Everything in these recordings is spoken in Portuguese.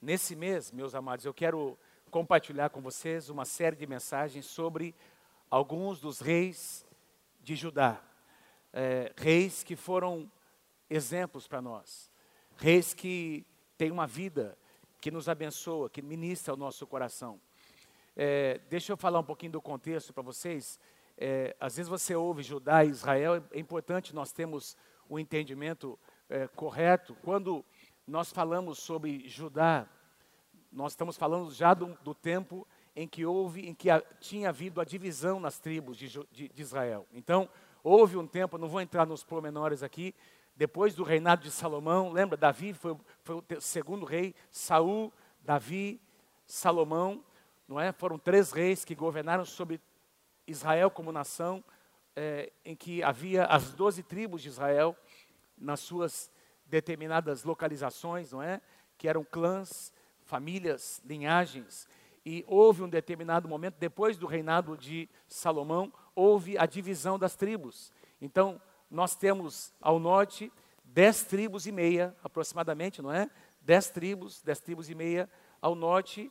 Nesse mês, meus amados, eu quero compartilhar com vocês uma série de mensagens sobre alguns dos reis de Judá. Reis que foram exemplos para nós. Reis que têm uma vida que nos abençoa, que ministra o nosso coração. Deixa eu falar um pouquinho do contexto para vocês. Às vezes você ouve Judá e Israel, é importante nós termos o entendimento correto. Quando nós falamos sobre Judá, nós estamos falando já do tempo em que tinha havido a divisão nas tribos de Israel. Então, houve um tempo, não vou entrar nos pormenores aqui, depois do reinado de Salomão, lembra, Davi foi o segundo rei, Saul, Davi, Salomão, não é? Foram 3 reis que governaram sobre Israel como nação, em que havia as 12 tribos de Israel, nas suas determinadas localizações, não é? Que eram clãs, famílias, linhagens, e houve um determinado momento, depois do reinado de Salomão, houve a divisão das tribos. Então, nós temos ao norte 10 tribos e meia, aproximadamente, não é? 10 tribos e meia ao norte,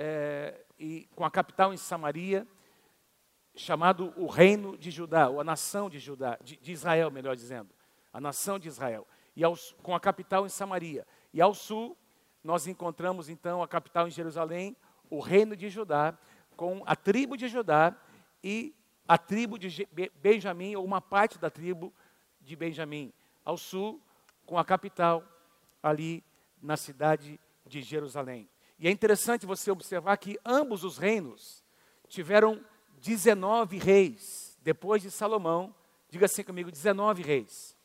e com a capital em Samaria, chamado o reino de Judá, ou a nação de Judá, de Israel, melhor dizendo, a nação de Israel, com a capital em Samaria. E ao sul, nós encontramos então a capital em Jerusalém, o reino de Judá, com a tribo de Judá e a tribo de Benjamim, ou uma parte da tribo de Benjamim. Ao sul, com a capital ali na cidade de Jerusalém. E é interessante você observar que ambos os reinos tiveram 19 reis, depois de Salomão. Diga assim comigo, 19 reis.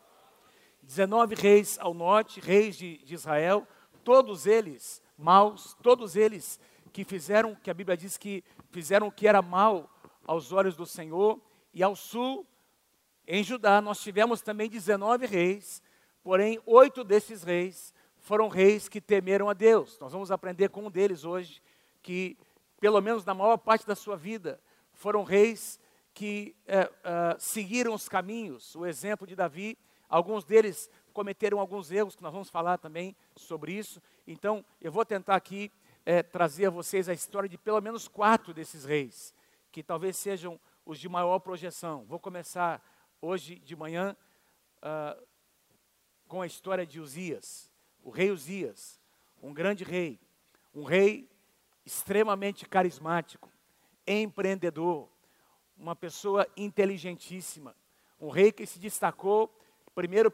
19 reis ao norte, reis de Israel, todos eles maus, todos eles que fizeram, que a Bíblia diz que fizeram o que era mal aos olhos do Senhor. E ao sul, em Judá, nós tivemos também 19 reis, porém 8 desses reis foram reis que temeram a Deus. Nós vamos aprender com um deles hoje, que pelo menos na maior parte da sua vida, foram reis que seguiram os caminhos, o exemplo de Davi. Alguns deles cometeram alguns erros, que nós vamos falar também sobre isso. Então, eu vou tentar aqui trazer a vocês a história de pelo menos 4 desses reis, que talvez sejam os de maior projeção. Vou começar hoje de manhã com a história de Uzias, o rei Uzias, um grande rei, um rei extremamente carismático, empreendedor, uma pessoa inteligentíssima, um rei que se destacou primeiro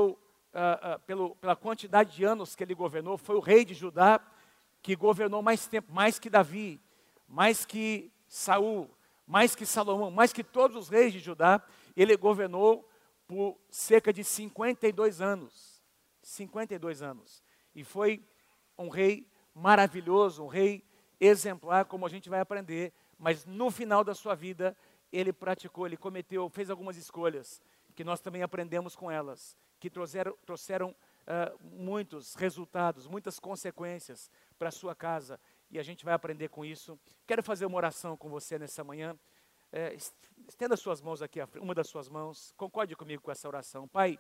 pela quantidade de anos que ele governou. Foi o rei de Judá que governou mais tempo, mais que Davi, mais que Saul, mais que Salomão, mais que todos os reis de Judá. Ele governou por cerca de 52 anos. 52 anos. E foi um rei maravilhoso, um rei exemplar, como a gente vai aprender. Mas no final da sua vida, ele fez algumas escolhas, que nós também aprendemos com elas, que trouxeram muitos resultados, muitas consequências para a sua casa, e a gente vai aprender com isso. Quero fazer uma oração com você nessa manhã. Estenda suas mãos aqui, uma das suas mãos, concorde comigo com essa oração. Pai,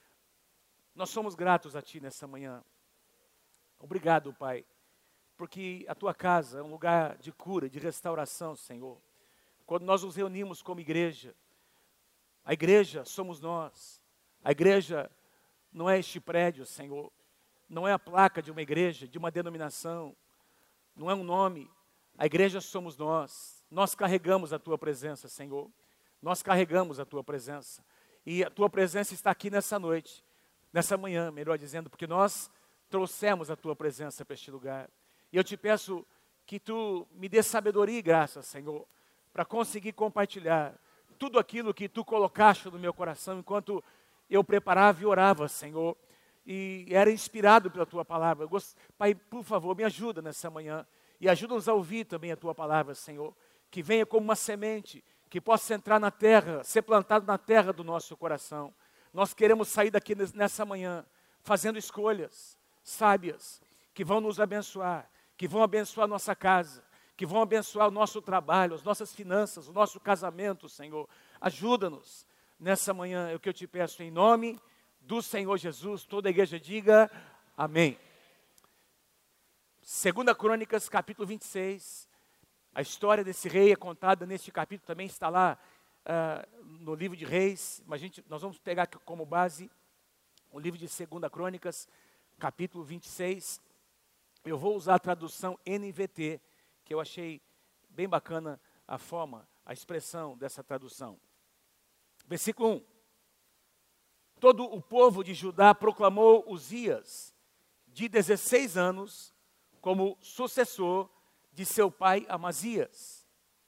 nós somos gratos a Ti nessa manhã. Obrigado, Pai, porque a Tua casa é um lugar de cura, de restauração, Senhor. Quando nós nos reunimos como igreja, a igreja somos nós. A igreja não é este prédio, Senhor. Não é a placa de uma igreja, de uma denominação. Não é um nome. A igreja somos nós. Nós carregamos a Tua presença, Senhor. Nós carregamos a Tua presença. E a Tua presença está aqui nessa noite, nessa manhã, melhor dizendo, porque nós trouxemos a Tua presença para este lugar. E eu te peço que Tu me dê sabedoria e graça, Senhor, para conseguir compartilhar tudo aquilo que Tu colocaste no meu coração enquanto eu preparava e orava, Senhor, e era inspirado pela Tua palavra. Pai, por favor, me ajuda nessa manhã e ajuda-nos a ouvir também a Tua palavra, Senhor, que venha como uma semente, que possa entrar na terra, ser plantado na terra do nosso coração. Nós queremos sair daqui nessa manhã fazendo escolhas sábias, que vão nos abençoar, que vão abençoar a nossa casa, que vão abençoar o nosso trabalho, as nossas finanças, o nosso casamento, Senhor. Ajuda-nos nessa manhã, é o que eu te peço em nome do Senhor Jesus. Toda a igreja diga amém. Segunda Crônicas, capítulo 26. A história desse rei é contada neste capítulo, também está lá no livro de Reis. Mas nós vamos pegar como base o livro de Segunda Crônicas, capítulo 26. Eu vou usar a tradução NVT, que eu achei bem bacana a forma, a expressão dessa tradução. Versículo 1. Todo o povo de Judá proclamou Uzias, de 16 anos, como sucessor de seu pai Amazias.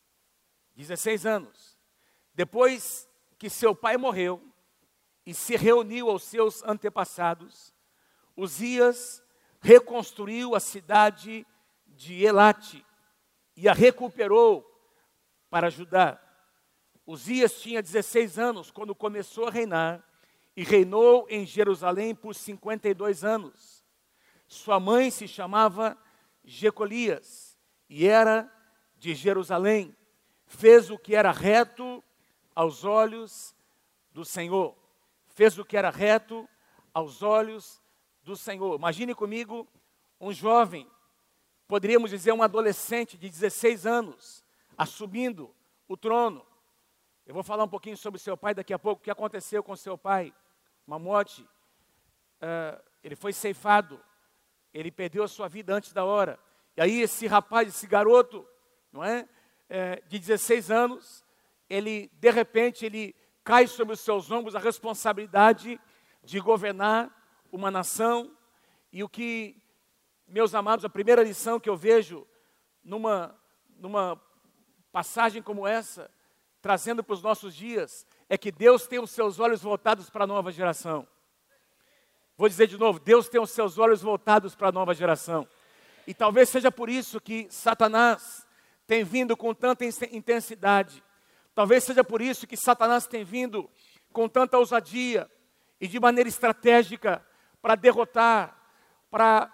16 anos. Depois que seu pai morreu e se reuniu aos seus antepassados, Uzias reconstruiu a cidade de Elate e a recuperou para Judá. Uzias tinha 16 anos quando começou a reinar e reinou em Jerusalém por 52 anos. Sua mãe se chamava Jecolias e era de Jerusalém. Fez o que era reto aos olhos do Senhor. Fez o que era reto aos olhos do Senhor. Imagine comigo um jovem, poderíamos dizer um adolescente de 16 anos, assumindo o trono. Eu vou falar um pouquinho sobre seu pai daqui a pouco. O que aconteceu com seu pai? Uma morte. Ele foi ceifado. Ele perdeu a sua vida antes da hora. E aí esse rapaz, esse garoto, não é? De 16 anos, de repente, ele cai sobre os seus ombros a responsabilidade de governar uma nação. E o que, meus amados, a primeira lição que eu vejo numa passagem como essa, trazendo para os nossos dias, é que Deus tem os seus olhos voltados para a nova geração. Vou dizer de novo, Deus tem os seus olhos voltados para a nova geração. E talvez seja por isso que Satanás tem vindo com tanta intensidade. Talvez seja por isso que Satanás tem vindo com tanta ousadia e de maneira estratégica para derrotar, para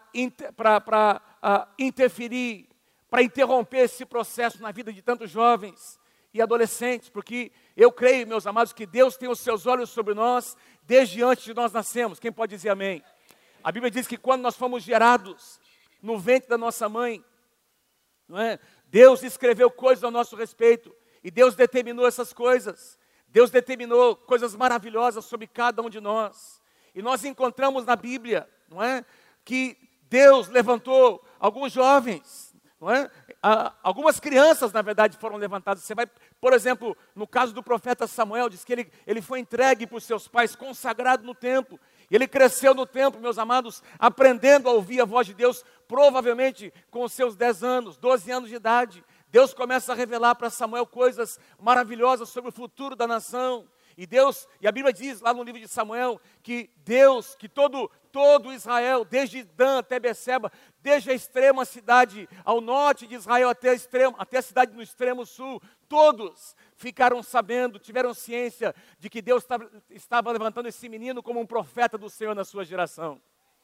interferir, para interromper esse processo na vida de tantos jovens e adolescentes, porque eu creio, meus amados, que Deus tem os seus olhos sobre nós desde antes de nós nascermos. Quem pode dizer amém? A Bíblia diz que quando nós fomos gerados no ventre da nossa mãe, não é? Deus escreveu coisas a nosso respeito e Deus determinou essas coisas. Deus determinou coisas maravilhosas sobre cada um de nós. E nós encontramos na Bíblia, não é, que Deus levantou alguns jovens, não é? Algumas crianças, na verdade, foram levantadas. Você vai, por exemplo, no caso do profeta Samuel, diz que ele foi entregue por seus pais, consagrado no templo. E ele cresceu no templo, meus amados, aprendendo a ouvir a voz de Deus, provavelmente com os seus 10 anos, 12 anos de idade. Deus começa a revelar para Samuel coisas maravilhosas sobre o futuro da nação. E a Bíblia diz lá no livro de Samuel que Deus, que todo Israel, desde Dan até Beceba, desde a extrema cidade ao norte de Israel até a cidade no extremo sul, todos ficaram sabendo, tiveram ciência de que Deus estava levantando esse menino como um profeta do Senhor na sua geração.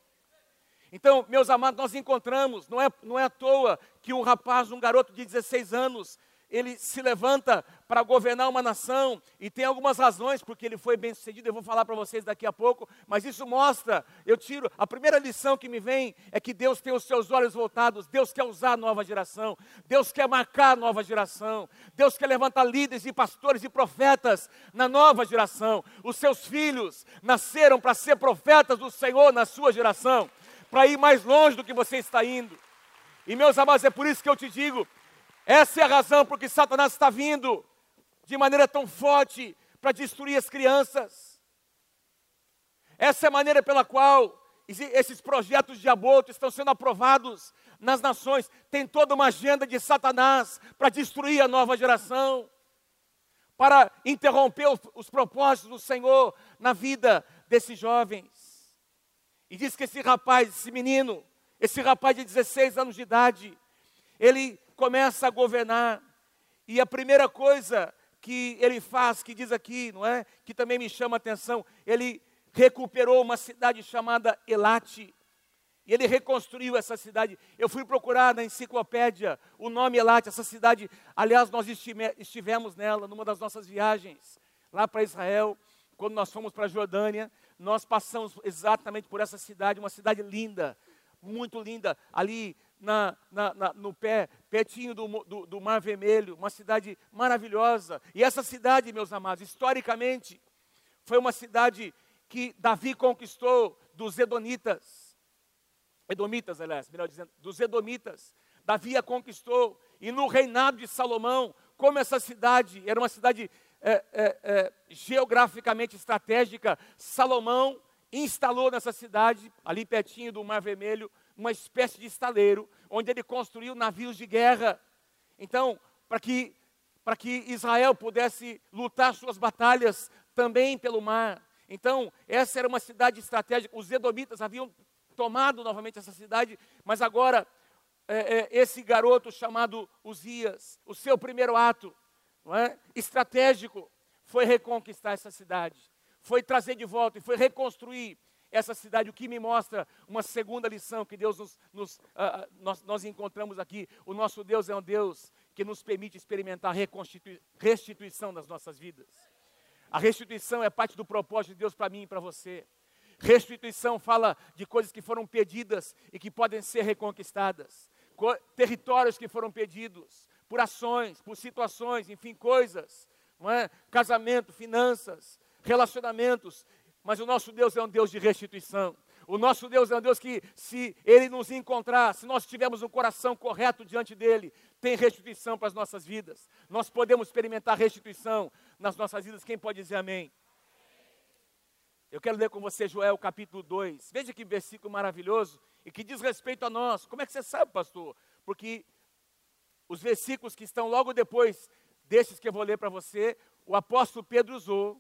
Então, meus amados, nós encontramos, não é à toa que um garoto de 16 anos, ele se levanta para governar uma nação, e tem algumas razões porque ele foi bem sucedido, eu vou falar para vocês daqui a pouco, mas isso mostra, a primeira lição que me vem é que Deus tem os seus olhos voltados, Deus quer usar a nova geração, Deus quer marcar a nova geração, Deus quer levantar líderes e pastores e profetas na nova geração. Os seus filhos nasceram para ser profetas do Senhor na sua geração, para ir mais longe do que você está indo. E meus amados, é por isso que eu te digo, essa é a razão por que Satanás está vindo de maneira tão forte para destruir as crianças. Essa é a maneira pela qual esses projetos de aborto estão sendo aprovados nas nações. Tem toda uma agenda de Satanás para destruir a nova geração, para interromper os propósitos do Senhor na vida desses jovens. E diz que esse rapaz de 16 anos de idade, ele começa a governar, e a primeira coisa que ele faz, que diz aqui, não é? Que também me chama a atenção, ele recuperou uma cidade chamada Elate, e ele reconstruiu essa cidade. Eu fui procurar na enciclopédia o nome Elate, essa cidade, aliás, nós estivemos nela, numa das nossas viagens, lá para Israel, quando nós fomos para a Jordânia, nós passamos exatamente por essa cidade, uma cidade linda, muito linda, ali no pé, pertinho do Mar Vermelho, uma cidade maravilhosa. E essa cidade, meus amados, historicamente, foi uma cidade que Davi conquistou dos Edomitas, aliás, melhor dizendo, dos Edomitas. Davi a conquistou, e no reinado de Salomão, como essa cidade era uma cidade geograficamente estratégica, Salomão instalou nessa cidade, ali pertinho do Mar Vermelho, uma espécie de estaleiro, onde ele construiu navios de guerra. Então, para que Israel pudesse lutar suas batalhas também pelo mar. Então, essa era uma cidade estratégica. Os edomitas haviam tomado novamente essa cidade, mas agora, esse garoto chamado Uzias, o seu primeiro ato, não é, estratégico, foi reconquistar essa cidade, foi trazer de volta e foi reconstruir essa cidade, o que me mostra uma segunda lição que Deus nós encontramos aqui. O nosso Deus é um Deus que nos permite experimentar restituição das nossas vidas. A restituição é parte do propósito de Deus para mim e para você. Restituição fala de coisas que foram perdidas e que podem ser reconquistadas. Territórios que foram perdidos por ações, por situações, enfim, coisas, não é? Casamento, finanças, relacionamentos. Mas o nosso Deus é um Deus de restituição. O nosso Deus é um Deus que, se Ele nos encontrar, se nós tivermos um coração correto diante dEle, tem restituição para as nossas vidas. Nós podemos experimentar restituição nas nossas vidas. Quem pode dizer amém? Eu quero ler com você Joel capítulo 2. Veja que versículo maravilhoso e que diz respeito a nós. Como é que você sabe, pastor? Porque os versículos que estão logo depois desses que eu vou ler para você, o apóstolo Pedro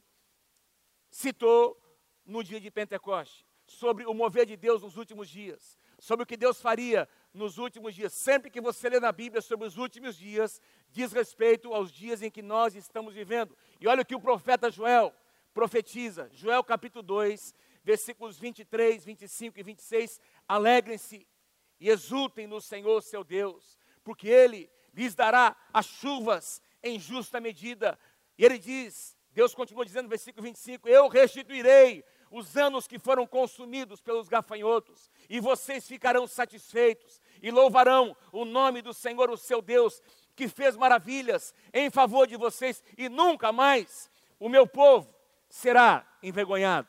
citou no dia de Pentecoste, sobre o mover de Deus nos últimos dias, sobre o que Deus faria nos últimos dias. Sempre que você lê na Bíblia sobre os últimos dias, diz respeito aos dias em que nós estamos vivendo. E olha o que o profeta Joel profetiza, Joel capítulo 2, versículos 23, 25 e 26, alegrem-se e exultem no Senhor seu Deus, porque Ele lhes dará as chuvas em justa medida. E Ele diz, Deus continua dizendo no versículo 25, eu restituirei os anos que foram consumidos pelos gafanhotos, e vocês ficarão satisfeitos, e louvarão o nome do Senhor, o seu Deus, que fez maravilhas em favor de vocês, e nunca mais o meu povo será envergonhado.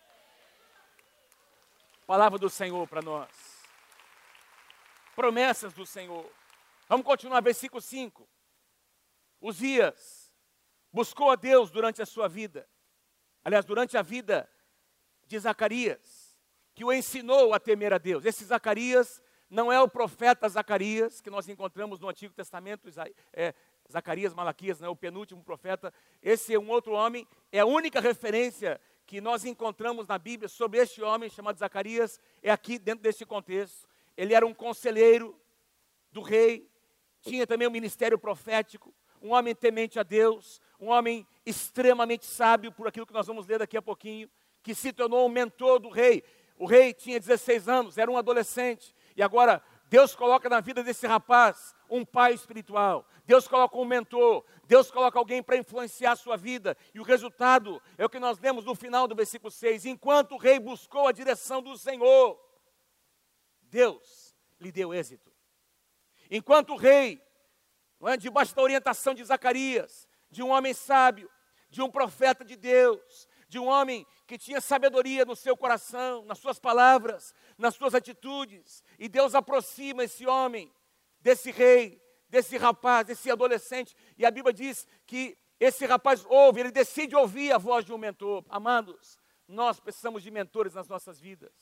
Palavra do Senhor para nós. Promessas do Senhor. Vamos continuar, versículo 5. Uzias buscou a Deus durante a sua vida. Aliás, durante a vida de Zacarias, que o ensinou a temer a Deus. Esse Zacarias não é o profeta Zacarias, que nós encontramos no Antigo Testamento, Zacarias, Malaquias, não é o penúltimo profeta. Esse é um outro homem, é a única referência que nós encontramos na Bíblia sobre este homem chamado Zacarias, é aqui dentro deste contexto. Ele era um conselheiro do rei, tinha também um ministério profético, um homem temente a Deus, um homem extremamente sábio, por aquilo que nós vamos ler daqui a pouquinho, que se tornou um mentor do rei. O rei tinha 16 anos, era um adolescente, e agora Deus coloca na vida desse rapaz um pai espiritual. Deus coloca um mentor, Deus coloca alguém para influenciar a sua vida, e o resultado é o que nós lemos no final do versículo 6, enquanto o rei buscou a direção do Senhor, Deus lhe deu êxito. Enquanto o rei, debaixo da orientação de Zacarias, de um homem sábio, de um profeta de Deus, de um homem que tinha sabedoria no seu coração, nas suas palavras, nas suas atitudes, e Deus aproxima esse homem, desse rei, desse rapaz, desse adolescente, e a Bíblia diz que esse rapaz ouve, ele decide ouvir a voz de um mentor. Amados, nós precisamos de mentores nas nossas vidas,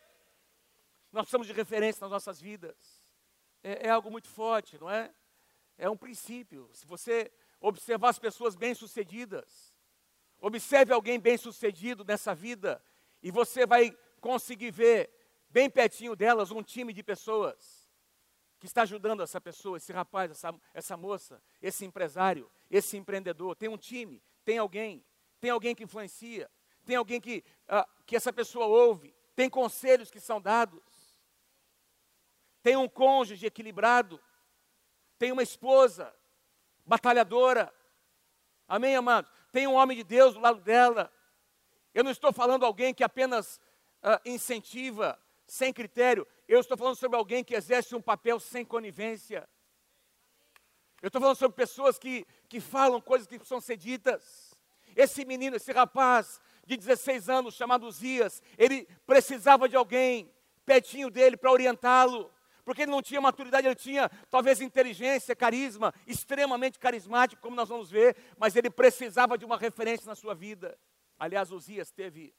nós precisamos de referência nas nossas vidas, é algo muito forte, não é? É um princípio. Se você observar as pessoas bem-sucedidas, observe alguém bem-sucedido nessa vida, e você vai conseguir ver, bem pertinho delas, um time de pessoas que está ajudando essa pessoa, esse rapaz, essa moça, esse empresário, esse empreendedor. Tem um time, tem alguém que influencia, tem alguém que essa pessoa ouve, tem conselhos que são dados, tem um cônjuge equilibrado, tem uma esposa batalhadora. Amém, amados? Tem um homem de Deus do lado dela. Eu não estou falando alguém que apenas incentiva, sem critério. eu estou falando sobre alguém que exerce um papel sem conivência. Eu estou falando sobre pessoas que falam coisas que precisam ser ditas. Esse menino, esse rapaz de 16 anos, chamado Uzias, ele precisava de alguém pertinho dele para orientá-lo. Porque ele não tinha maturidade, ele tinha talvez inteligência, carisma, extremamente carismático, como nós vamos ver, mas ele precisava de uma referência na sua vida. Aliás, Uzias teve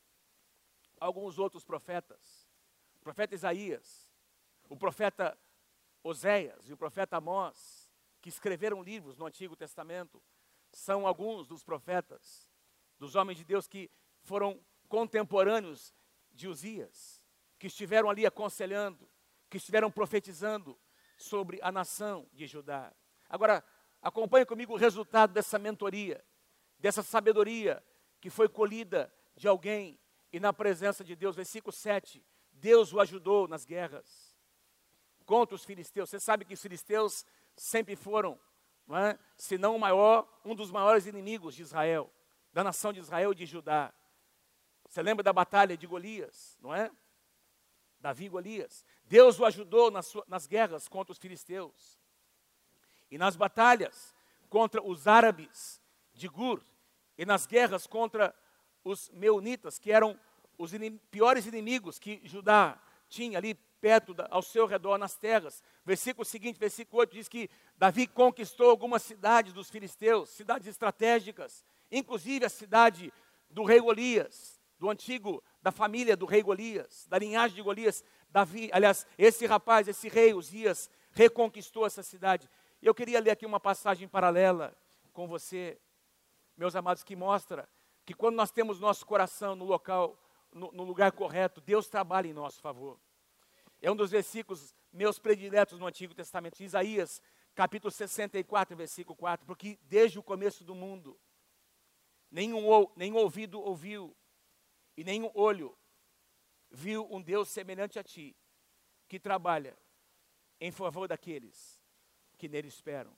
alguns outros profetas. O profeta Isaías, o profeta Oséias e o profeta Amós, que escreveram livros no Antigo Testamento, são alguns dos profetas, dos homens de Deus que foram contemporâneos de Uzias, que estiveram ali aconselhando, que estiveram profetizando sobre a nação de Judá. Agora, acompanhe comigo o resultado dessa mentoria, dessa sabedoria que foi colhida de alguém e na presença de Deus. Versículo 7, Deus o ajudou nas guerras contra os filisteus. Você sabe que os filisteus sempre foram, não é? Se não o maior, um dos maiores inimigos de Israel, da nação de Israel e de Judá. Você lembra da batalha de Golias, não é? Davi e Golias. Deus o ajudou nas guerras contra os filisteus. E nas batalhas contra os árabes de Gur. E nas guerras contra os meunitas, que eram os piores inimigos que Judá tinha ali perto, ao seu redor, nas terras. Versículo seguinte, versículo 8, diz que Davi conquistou algumas cidades dos filisteus, cidades estratégicas, inclusive a cidade do rei Golias, do antigo, da família do rei Golias, da linhagem de Golias. Davi, aliás, esse rapaz, esse rei Uzias, reconquistou essa cidade. E eu queria ler aqui uma passagem paralela com você, meus amados, que mostra que quando nós temos nosso coração no local, no lugar correto, Deus trabalha em nosso favor. É um dos versículos meus prediletos no Antigo Testamento, Isaías, capítulo 64, versículo 4, porque desde o começo do mundo, nenhum ouvido ouviu, e nenhum olho viu um Deus semelhante a ti, que trabalha em favor daqueles que nele esperam.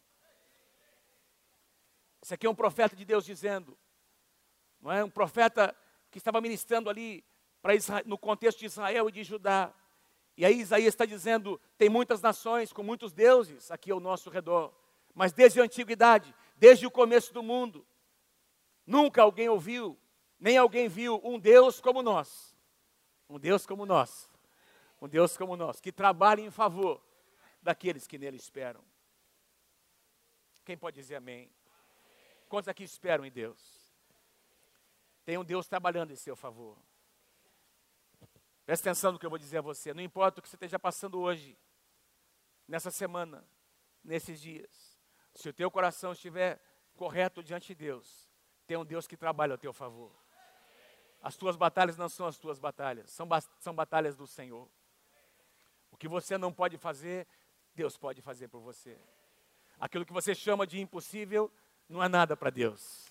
Esse aqui é um profeta de Deus dizendo, não é? Um profeta que estava ministrando ali para Israel, no contexto de Israel e de Judá. E aí Isaías está dizendo, tem muitas nações com muitos deuses aqui ao nosso redor, mas desde a antiguidade, desde o começo do mundo, nunca alguém ouviu, nem alguém viu um Deus como nós. Um Deus como nós. Um Deus como nós, que trabalha em favor daqueles que nele esperam. Quem pode dizer amém? Quantos aqui esperam em Deus? Tem um Deus trabalhando em seu favor. Presta atenção no que eu vou dizer a você. Não importa o que você esteja passando hoje, nessa semana, nesses dias. Se o teu coração estiver correto diante de Deus, tem um Deus que trabalha ao teu favor. As tuas batalhas não são as tuas batalhas, são batalhas do Senhor. O que você não pode fazer, Deus pode fazer por você. Aquilo que você chama de impossível, não é nada para Deus.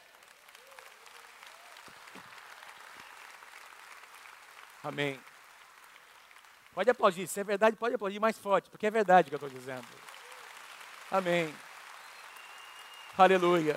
Amém. Pode aplaudir, se é verdade, pode aplaudir mais forte, porque é verdade o que eu estou dizendo. Amém. Aleluia.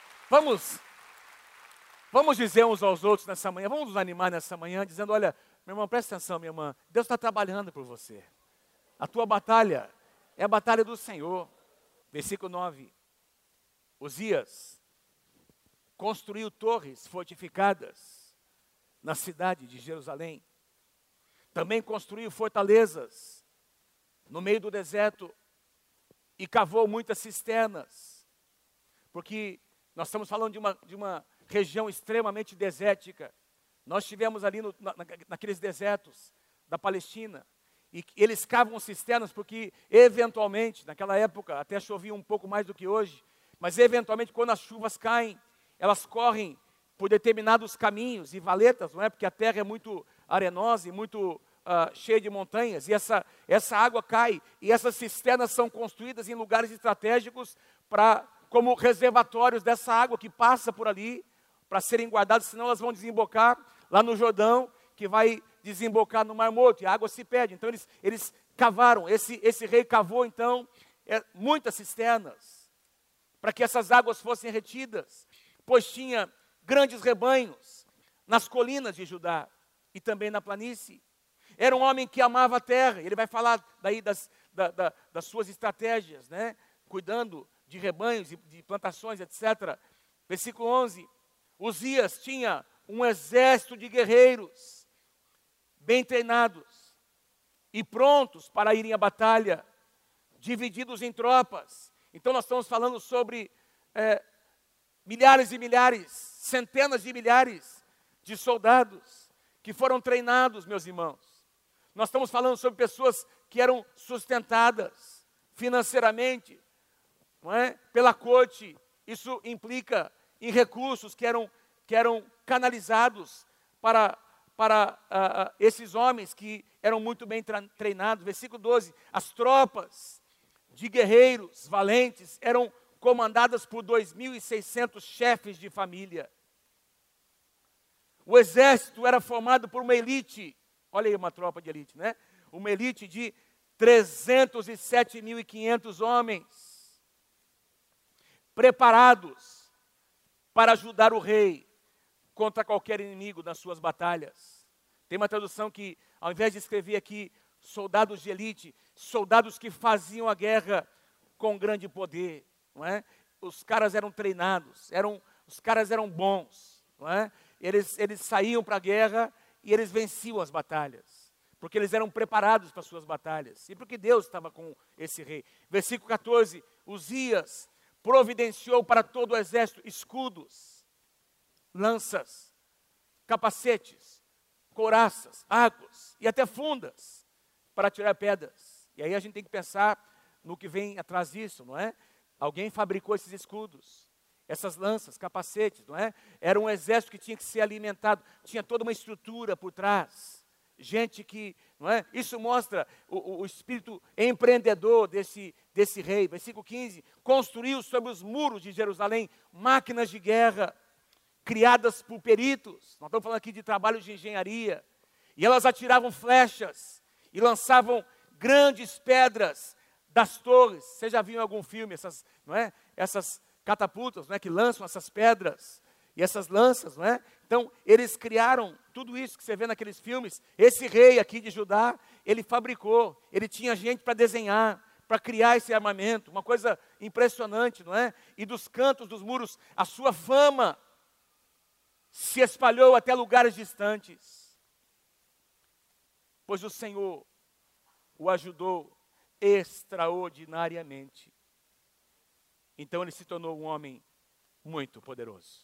Vamos dizer uns aos outros nessa manhã, vamos nos animar nessa manhã, dizendo, olha, meu irmão, presta atenção, minha irmã, Deus está trabalhando por você. A tua batalha é a batalha do Senhor. Versículo 9. Uzias construiu torres fortificadas na cidade de Jerusalém. Também construiu fortalezas no meio do deserto e cavou muitas cisternas. Porque nós estamos falando de uma região extremamente desértica. Nós estivemos ali naqueles desertos da Palestina. E eles cavam cisternas porque, eventualmente, naquela época, até chovia um pouco mais do que hoje, mas eventualmente, quando as chuvas caem, elas correm por determinados caminhos e valetas, não é? Porque a terra é muito arenosa e muito cheia de montanhas, e essa água cai, e essas cisternas são construídas em lugares estratégicos como reservatórios dessa água que passa por ali, para serem guardadas, senão elas vão desembocar lá no Jordão, que vai desembocar no Mar Morto, e a água se perde. Então eles cavaram, esse rei cavou então muitas cisternas, para que essas águas fossem retidas, pois tinha grandes rebanhos nas colinas de Judá, e também na planície. Era um homem que amava a terra. Ele vai falar daí das suas estratégias, né? Cuidando de rebanhos, de plantações, etc. Versículo 11. Uzias tinha um exército de guerreiros, bem treinados e prontos para irem à batalha, divididos em tropas. Então nós estamos falando sobre milhares e milhares, centenas de milhares de soldados que foram treinados, meus irmãos. Nós estamos falando sobre pessoas que eram sustentadas financeiramente, não é? Pela corte. Isso implica em recursos que eram canalizados para esses homens que eram muito bem treinados. Versículo 12, as tropas de guerreiros valentes eram comandadas por 2.600 chefes de família. O exército era formado por uma elite, olha aí uma tropa de elite, né? Uma elite de 307.500 homens, preparados para ajudar o rei contra qualquer inimigo nas suas batalhas. Tem uma tradução que, ao invés de escrever aqui, soldados de elite, soldados que faziam a guerra com grande poder, não é? Os caras eram treinados, os caras eram bons, não é? Eles saíam para a guerra e eles venciam as batalhas, porque eles eram preparados para as suas batalhas, e porque Deus estava com esse rei. Versículo 14, Uzias providenciou para todo o exército escudos, lanças, capacetes, couraças, arcos e até fundas para tirar pedras. E aí a gente tem que pensar no que vem atrás disso, não é? Alguém fabricou esses escudos, essas lanças, capacetes, não é? Era um exército que tinha que ser alimentado, tinha toda uma estrutura por trás. Gente que, não é? Isso mostra o espírito empreendedor desse rei. Versículo 15, construiu sobre os muros de Jerusalém máquinas de guerra, criadas por peritos. Nós estamos falando aqui de trabalho de engenharia. E elas atiravam flechas e lançavam grandes pedras das torres. Você já viu em algum filme essas catapultas, não é, que lançam essas pedras e essas lanças, não é? Então, eles criaram tudo isso que você vê naqueles filmes. Esse rei aqui de Judá, ele fabricou, ele tinha gente para desenhar, para criar esse armamento, uma coisa impressionante, não é? E dos cantos dos muros, a sua fama se espalhou até lugares distantes, pois o Senhor o ajudou extraordinariamente. Então ele se tornou um homem muito poderoso.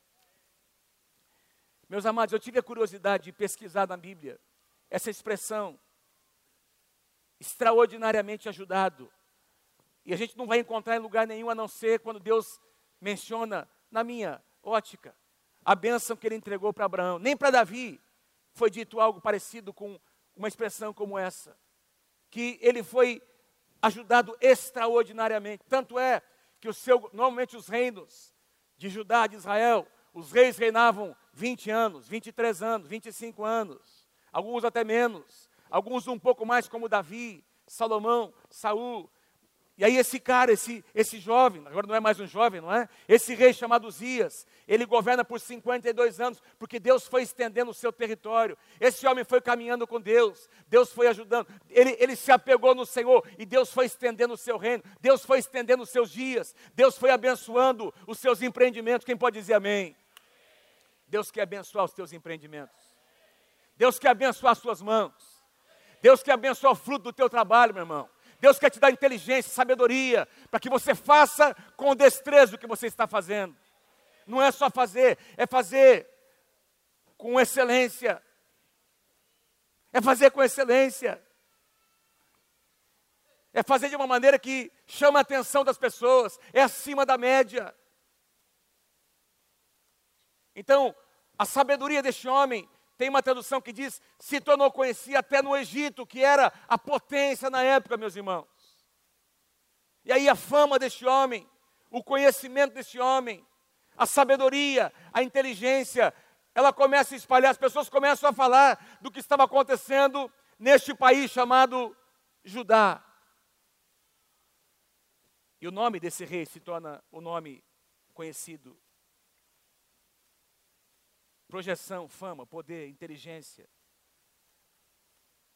Meus amados, eu tive a curiosidade de pesquisar na Bíblia essa expressão, extraordinariamente ajudado. E a gente não vai encontrar em lugar nenhum a não ser quando Deus menciona, na minha ótica, a bênção que ele entregou para Abraão. Nem para Davi foi dito algo parecido com uma expressão como essa, que ele foi ajudado extraordinariamente. Tanto é que normalmente os reinos de Judá, de Israel, os reis reinavam 20 anos, 23 anos, 25 anos, alguns até menos, alguns um pouco mais como Davi, Salomão, Saul. E aí esse cara, esse jovem, agora não é mais um jovem, não é? Esse rei chamado Uzias, ele governa por 52 anos, porque Deus foi estendendo o seu território. Esse homem foi caminhando com Deus, Deus foi ajudando, ele se apegou no Senhor, e Deus foi estendendo o seu reino, Deus foi estendendo os seus dias, Deus foi abençoando os seus empreendimentos. Quem pode dizer amém? Deus quer abençoar os teus empreendimentos, Deus quer abençoar as suas mãos, Deus quer abençoar o fruto do teu trabalho, meu irmão. Deus quer te dar inteligência, sabedoria, para que você faça com destreza o que você está fazendo. Não é só fazer, é fazer com excelência. É fazer com excelência. É fazer de uma maneira que chama a atenção das pessoas, é acima da média. Então, a sabedoria deste homem, tem uma tradução que diz, se tornou conhecida até no Egito, que era a potência na época, meus irmãos. E aí a fama deste homem, o conhecimento deste homem, a sabedoria, a inteligência, ela começa a espalhar, as pessoas começam a falar do que estava acontecendo neste país chamado Judá. E o nome desse rei se torna o nome conhecido. Projeção, fama, poder, inteligência.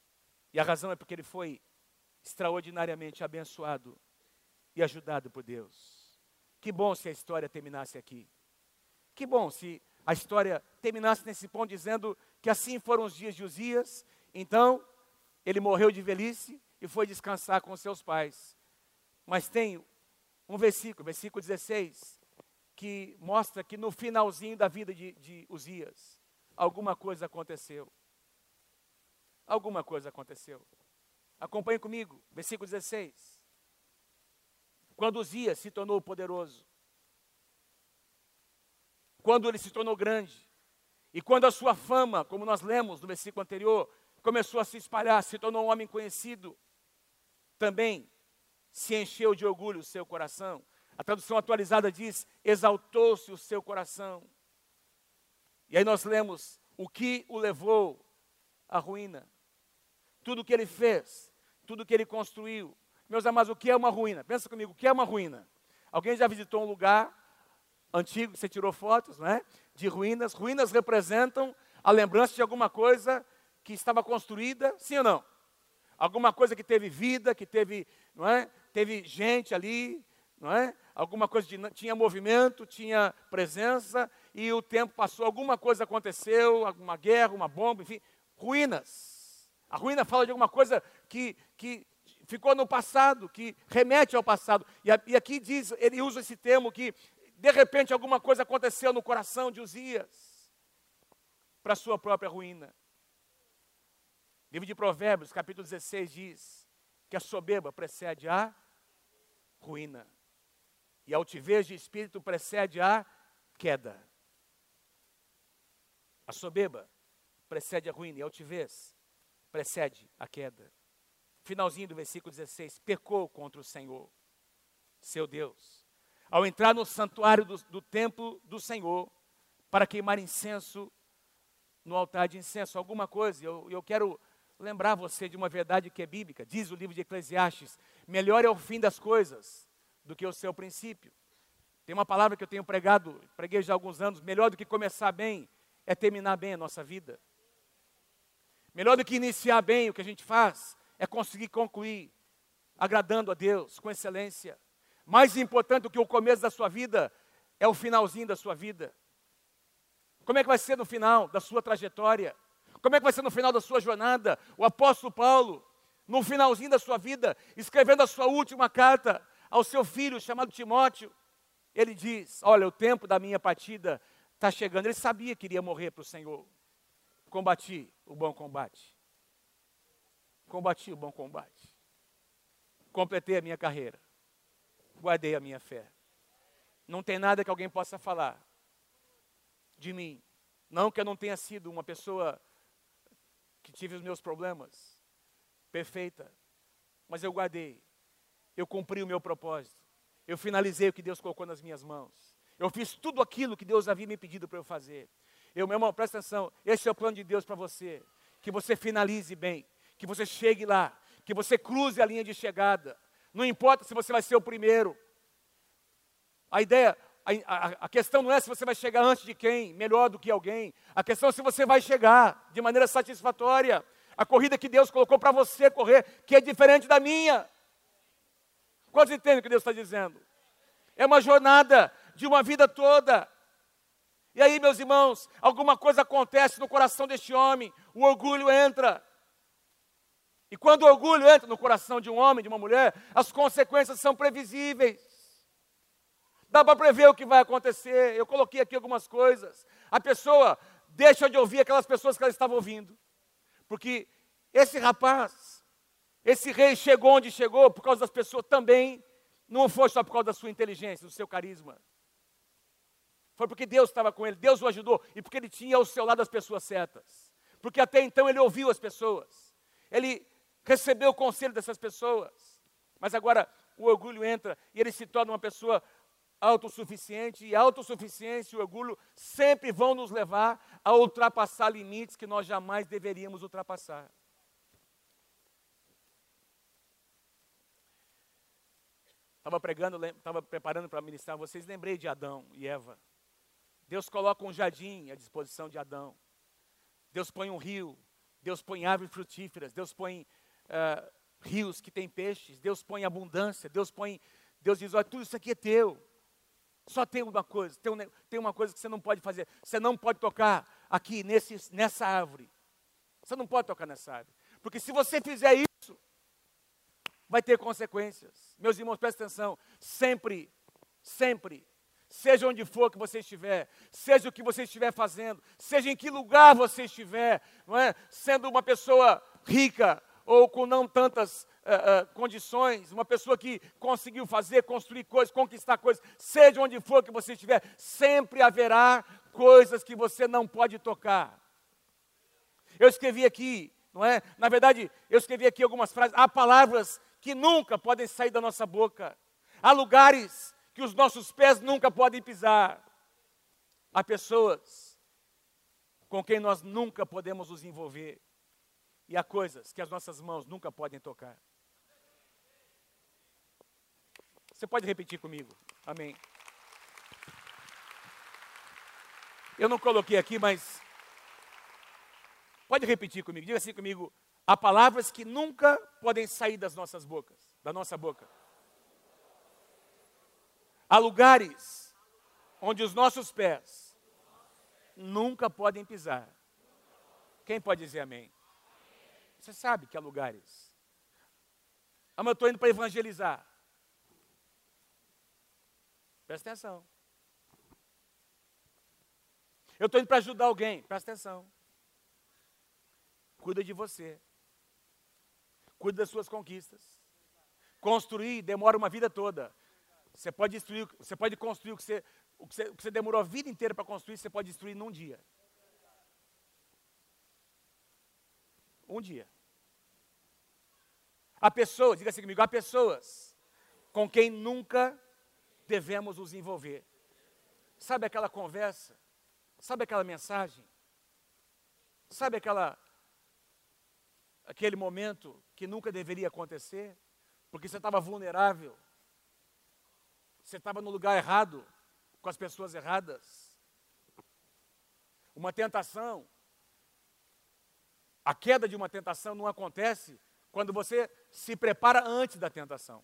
E a razão é porque ele foi extraordinariamente abençoado e ajudado por Deus. Que bom se a história terminasse aqui. Que bom se a história terminasse nesse ponto dizendo que assim foram os dias de Uzias. Então, ele morreu de velhice e foi descansar com seus pais. Mas tem um versículo 16, que mostra que no finalzinho da vida de Uzias, alguma coisa aconteceu. Alguma coisa aconteceu. Acompanhe comigo, versículo 16. Quando Uzias se tornou poderoso, quando ele se tornou grande, e quando a sua fama, como nós lemos no versículo anterior, começou a se espalhar, se tornou um homem conhecido, também se encheu de orgulho o seu coração. A tradução atualizada diz, exaltou-se o seu coração. E aí nós lemos o que o levou à ruína. Tudo que ele fez, tudo que ele construiu. Meus amados, o que é uma ruína? Pensa comigo, o que é uma ruína? Alguém já visitou um lugar antigo, você tirou fotos, não é? De ruínas. Ruínas representam a lembrança de alguma coisa que estava construída, sim ou não? Alguma coisa que teve vida, que teve, não é? Teve gente ali, não é? Alguma coisa tinha movimento, tinha presença, e o tempo passou, alguma coisa aconteceu, alguma guerra, uma bomba, enfim, ruínas. A ruína fala de alguma coisa que ficou no passado, que remete ao passado. E aqui diz, ele usa esse termo que, de repente, alguma coisa aconteceu no coração de Uzias, para a sua própria ruína. Livro de Provérbios, capítulo 16, diz que a soberba precede a ruína. E a altivez de espírito precede a queda. A soberba precede a ruína e a altivez precede a queda. Finalzinho do versículo 16, pecou contra o Senhor, seu Deus, ao entrar no santuário do templo do Senhor, para queimar incenso no altar de incenso. Alguma coisa, eu quero lembrar você de uma verdade que é bíblica. Diz o livro de Eclesiastes, melhor é o fim das coisas do que o seu princípio. Tem uma palavra que eu tenho preguei já há alguns anos, melhor do que começar bem, é terminar bem a nossa vida. Melhor do que iniciar bem o que a gente faz, é conseguir concluir, agradando a Deus, com excelência. Mais importante do que o começo da sua vida, é o finalzinho da sua vida. Como é que vai ser no final da sua trajetória? Como é que vai ser no final da sua jornada? O apóstolo Paulo, no finalzinho da sua vida, escrevendo a sua última carta ao seu filho chamado Timóteo, ele diz, olha, o tempo da minha partida está chegando. Ele sabia que iria morrer para o Senhor. Combati o bom combate. Combati o bom combate. Completei a minha carreira. Guardei a minha fé. Não tem nada que alguém possa falar de mim. Não que eu não tenha sido uma pessoa que tive os meus problemas, perfeita, mas eu guardei. Eu cumpri o meu propósito. Eu finalizei o que Deus colocou nas minhas mãos. Eu fiz tudo aquilo que Deus havia me pedido para eu fazer. Meu irmão, presta atenção, esse é o plano de Deus para você. Que você finalize bem, que você chegue lá, que você cruze a linha de chegada. Não importa se você vai ser o primeiro. A ideia, a questão não é se você vai chegar antes de quem, melhor do que alguém. A questão é se você vai chegar de maneira satisfatória. A corrida que Deus colocou para você correr, que é diferente da minha. Quantos entendem o que Deus está dizendo? É uma jornada de uma vida toda. E aí, meus irmãos, alguma coisa acontece no coração deste homem, o orgulho entra. E quando o orgulho entra no coração de um homem, de uma mulher, as consequências são previsíveis. Dá para prever o que vai acontecer. Eu coloquei aqui algumas coisas. A pessoa deixa de ouvir aquelas pessoas que ela estava ouvindo. Porque esse rapaz, esse rei chegou onde chegou por causa das pessoas também, não foi só por causa da sua inteligência, do seu carisma. Foi porque Deus estava com ele, Deus o ajudou, e porque ele tinha ao seu lado as pessoas certas. Porque até então ele ouviu as pessoas, ele recebeu o conselho dessas pessoas. Mas agora o orgulho entra e ele se torna uma pessoa autossuficiente, e a autossuficiência e o orgulho sempre vão nos levar a ultrapassar limites que nós jamais deveríamos ultrapassar. Estava preparando para ministrar vocês, lembrei de Adão e Eva. Deus coloca um jardim à disposição de Adão. Deus põe um rio, Deus põe árvores frutíferas, Deus põe rios que tem peixes, Deus põe abundância, Deus diz, olha, tudo isso aqui é teu. Só tem uma coisa, tem uma coisa que você não pode fazer. Você não pode tocar aqui nessa árvore. Você não pode tocar nessa árvore. Porque se você fizer isso, vai ter consequências. Meus irmãos, prestem atenção. Sempre, sempre, seja onde for que você estiver, seja o que você estiver fazendo, seja em que lugar você estiver, não é? Sendo uma pessoa rica ou com não tantas condições, uma pessoa que conseguiu fazer, construir coisas, conquistar coisas, seja onde for que você estiver, sempre haverá coisas que você não pode tocar. Eu escrevi aqui, não é? Na verdade, eu escrevi aqui algumas frases. Há palavras que nunca podem sair da nossa boca. Há lugares que os nossos pés nunca podem pisar. Há pessoas com quem nós nunca podemos nos envolver. E há coisas que as nossas mãos nunca podem tocar. Você pode repetir comigo? Amém. Eu não coloquei aqui, mas pode repetir comigo. Diga assim comigo. Há palavras que nunca podem sair das nossas bocas, da nossa boca. Há lugares onde os nossos pés nunca podem pisar. Quem pode dizer amém? Você sabe que há lugares. Ah, mas eu estou indo para evangelizar. Presta atenção. Eu estou indo para ajudar alguém. Presta atenção. Cuida de você. Cuida das suas conquistas. Construir demora uma vida toda. Você pode construir o que você demorou a vida inteira para construir, você pode destruir num dia. Um dia. Há pessoas, diga assim comigo, há pessoas com quem nunca devemos nos envolver. Sabe aquela conversa? Sabe aquela mensagem? Sabe aquele momento que nunca deveria acontecer? Porque você estava vulnerável. Você estava no lugar errado, com as pessoas erradas. Uma tentação, a queda de uma tentação não acontece quando você se prepara antes da tentação.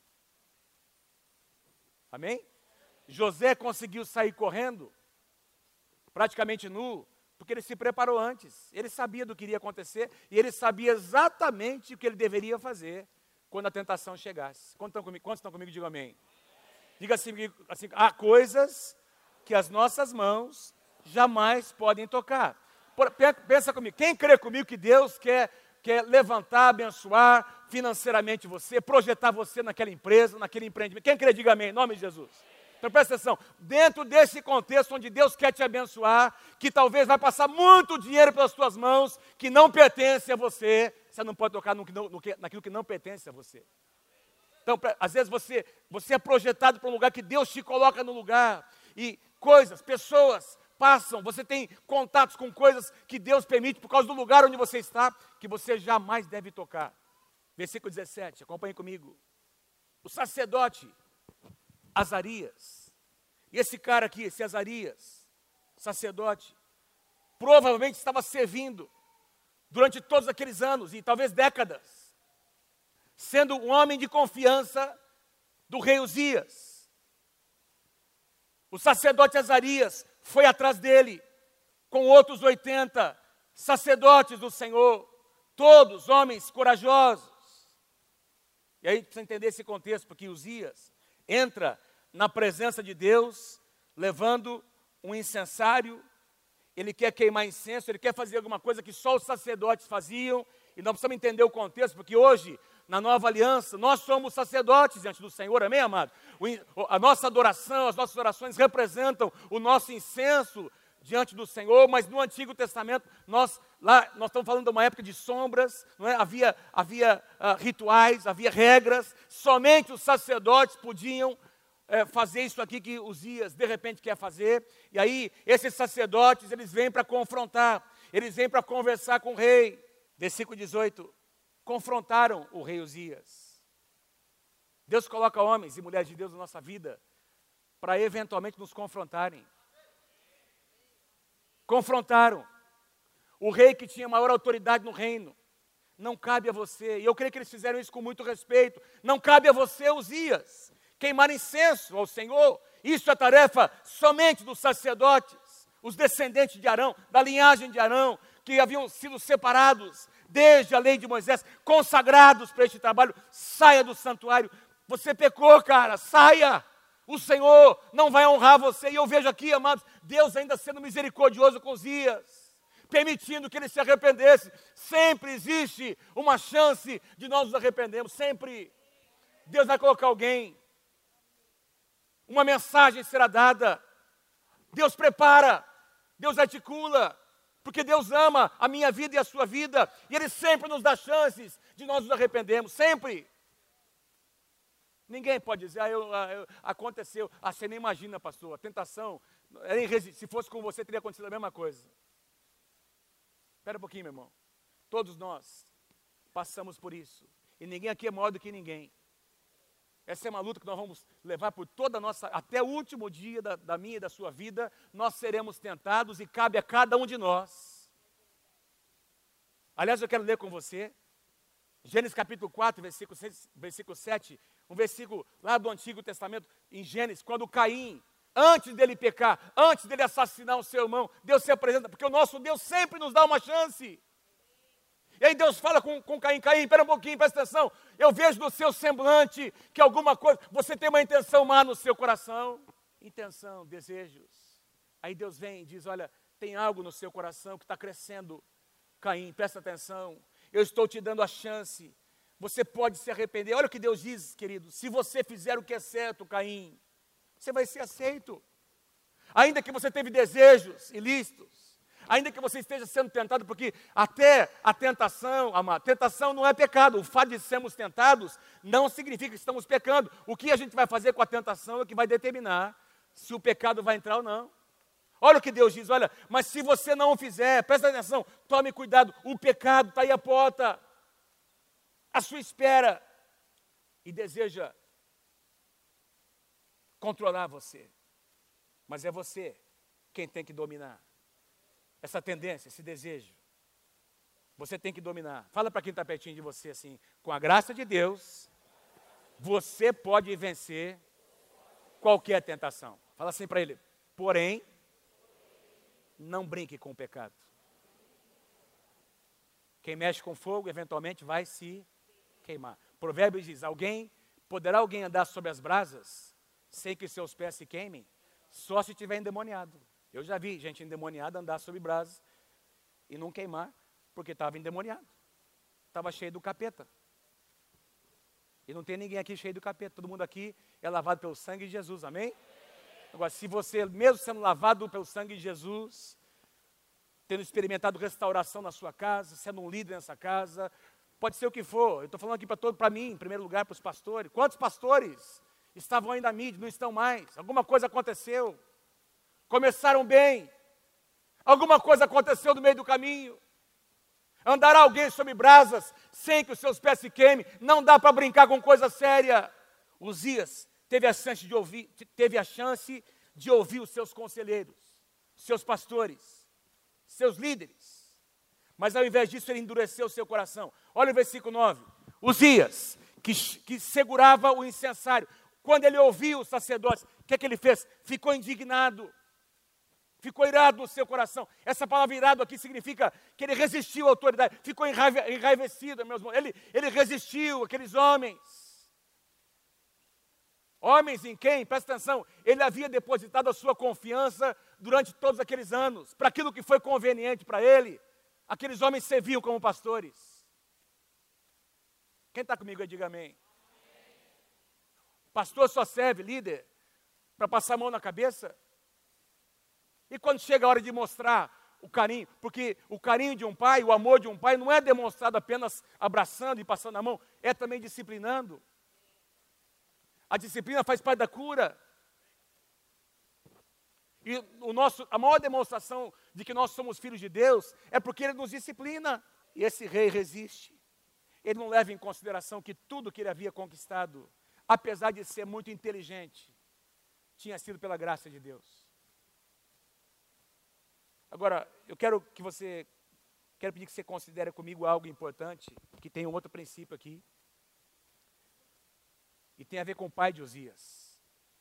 Amém? José conseguiu sair correndo, praticamente nu, porque ele se preparou antes. Ele sabia do que iria acontecer e ele sabia exatamente o que ele deveria fazer quando a tentação chegasse. Quantos estão comigo? Diga amém. Diga assim, há coisas que as nossas mãos jamais podem tocar. Pensa comigo, quem crê comigo que Deus quer levantar, abençoar financeiramente você, projetar você naquela empresa, naquele empreendimento? Quem crê, diga amém, em nome de Jesus. Então presta atenção, dentro desse contexto onde Deus quer te abençoar, que talvez vai passar muito dinheiro pelas tuas mãos, que não pertence a você, você não pode tocar naquilo que não pertence a você. Então, às vezes você é projetado para um lugar que Deus te coloca no lugar, e coisas, pessoas passam, você tem contatos com coisas que Deus permite por causa do lugar onde você está, que você jamais deve tocar. Versículo 17, acompanhe comigo. O sacerdote Azarias, e esse cara aqui, esse Azarias, sacerdote, provavelmente estava servindo durante todos aqueles anos, e talvez décadas, sendo um homem de confiança do rei Uzias. O sacerdote Azarias foi atrás dele, com outros 80 sacerdotes do Senhor, todos homens corajosos. E aí a gente precisa entender esse contexto, porque Uzias entra na presença de Deus, levando um incensário, ele quer queimar incenso, ele quer fazer alguma coisa que só os sacerdotes faziam, e nós precisamos entender o contexto, porque hoje, na nova aliança, nós somos sacerdotes diante do Senhor, amém, amado? A nossa adoração, as nossas orações representam o nosso incenso diante do Senhor, mas no Antigo Testamento, nós estamos falando de uma época de sombras, não é? Havia rituais, havia regras, somente os sacerdotes podiam fazer isso aqui que Uzias de repente quer fazer, e aí esses sacerdotes, eles vêm para confrontar, eles vêm para conversar com o rei. Versículo 18, confrontaram o rei Uzias. Deus coloca homens e mulheres de Deus na nossa vida para eventualmente nos confrontarem. Confrontaram o rei que tinha maior autoridade no reino, Não cabe a você. E eu creio que eles fizeram isso com muito respeito. Não cabe a você, Uzias, queimar incenso ao Senhor. Isso é tarefa somente dos sacerdotes, os descendentes de Arão, da linhagem de Arão, que haviam sido separados desde a lei de Moisés, consagrados para este trabalho. Saia do santuário. Você pecou, cara, saia. O Senhor não vai honrar você. E eu vejo aqui, amados, Deus ainda sendo misericordioso com Uzias, permitindo que ele se arrependesse. Sempre existe uma chance de nós nos arrependermos, sempre. Deus vai colocar alguém, uma mensagem será dada, Deus prepara, Deus articula, porque Deus ama a minha vida e a sua vida, e Ele sempre nos dá chances de nós nos arrependermos, sempre. Ninguém pode dizer, aconteceu, você nem imagina, pastor, a tentação, se fosse com você, teria acontecido a mesma coisa. Espera um pouquinho, meu irmão. Todos nós passamos por isso. E ninguém aqui é maior do que ninguém. Essa é uma luta que nós vamos levar por toda a nossa, até o último dia da minha e da sua vida, nós seremos tentados e cabe a cada um de nós. Aliás, eu quero ler com você, Gênesis capítulo 4, versículo 7, um versículo lá do Antigo Testamento, em Gênesis, quando Caim, antes dele pecar, antes dele assassinar o seu irmão, Deus se apresenta, porque o nosso Deus sempre nos dá uma chance. E aí Deus fala com Caim, Caim, espera um pouquinho, presta atenção, eu vejo no seu semblante que alguma coisa, você tem uma intenção má no seu coração, intenção, desejos. Aí Deus vem e diz, olha, tem algo no seu coração que está crescendo, Caim, presta atenção, eu estou te dando a chance, você pode se arrepender. Olha o que Deus diz, querido, se você fizer o que é certo, Caim, você vai ser aceito. Ainda que você teve desejos ilícitos, ainda que você esteja sendo tentado, porque até a tentação, amado, tentação não é pecado. O fato de sermos tentados não significa que estamos pecando. O que a gente vai fazer com a tentação é que vai determinar se o pecado vai entrar ou não. Olha o que Deus diz, olha, mas se você não o fizer, presta atenção, tome cuidado, o pecado está aí à porta, à sua espera, e deseja controlar você. Mas é você quem tem que dominar essa tendência, esse desejo. Você tem que dominar. Fala para quem está pertinho de você assim, com a graça de Deus, você pode vencer qualquer tentação. Fala assim para ele, porém, não brinque com o pecado. Quem mexe com fogo, eventualmente vai se queimar. Provérbios diz, poderá alguém andar sobre as brasas sem que seus pés se queimem? Só se estiver endemoniado. Eu já vi gente endemoniada andar sobre brasas e não queimar, porque estava endemoniado. Estava cheio do capeta. E não tem ninguém aqui cheio do capeta. Todo mundo aqui é lavado pelo sangue de Jesus, amém? Agora, se você, mesmo sendo lavado pelo sangue de Jesus, tendo experimentado restauração na sua casa, sendo um líder nessa casa, pode ser o que for. Eu estou falando aqui para mim, em primeiro lugar, para os pastores. Quantos pastores estavam aí na mídia, não estão mais? Alguma coisa aconteceu. Começaram bem. Alguma coisa aconteceu no meio do caminho. Andará alguém sobre brasas sem que os seus pés se queimem. Não dá para brincar com coisa séria. Uzias teve a chance de ouvir os seus conselheiros, seus pastores, seus líderes. Mas ao invés disso, ele endureceu o seu coração. Olha o versículo 9. Uzias, que segurava o incensário, quando ele ouviu os sacerdotes, o que é que ele fez? Ficou indignado. Ficou irado no seu coração. Essa palavra irado aqui significa que ele resistiu à autoridade. Ficou enraivecido, meus irmãos. Ele resistiu àqueles homens. Homens em quem, presta atenção, ele havia depositado a sua confiança durante todos aqueles anos, para aquilo que foi conveniente para ele. Aqueles homens serviam como pastores. Quem está comigo aí, diga amém. Pastor só serve, líder, para passar a mão na cabeça. E quando chega a hora de mostrar o carinho, porque o carinho de um pai, o amor de um pai, não é demonstrado apenas abraçando e passando a mão, é também disciplinando. A disciplina faz parte da cura. E a maior demonstração de que nós somos filhos de Deus é porque Ele nos disciplina. E esse rei resiste. Ele não leva em consideração que tudo que ele havia conquistado, apesar de ser muito inteligente, tinha sido pela graça de Deus. Agora, eu quero que você quero pedir que você considere comigo algo importante, que tem um outro princípio aqui, e tem a ver com o pai de Uzias.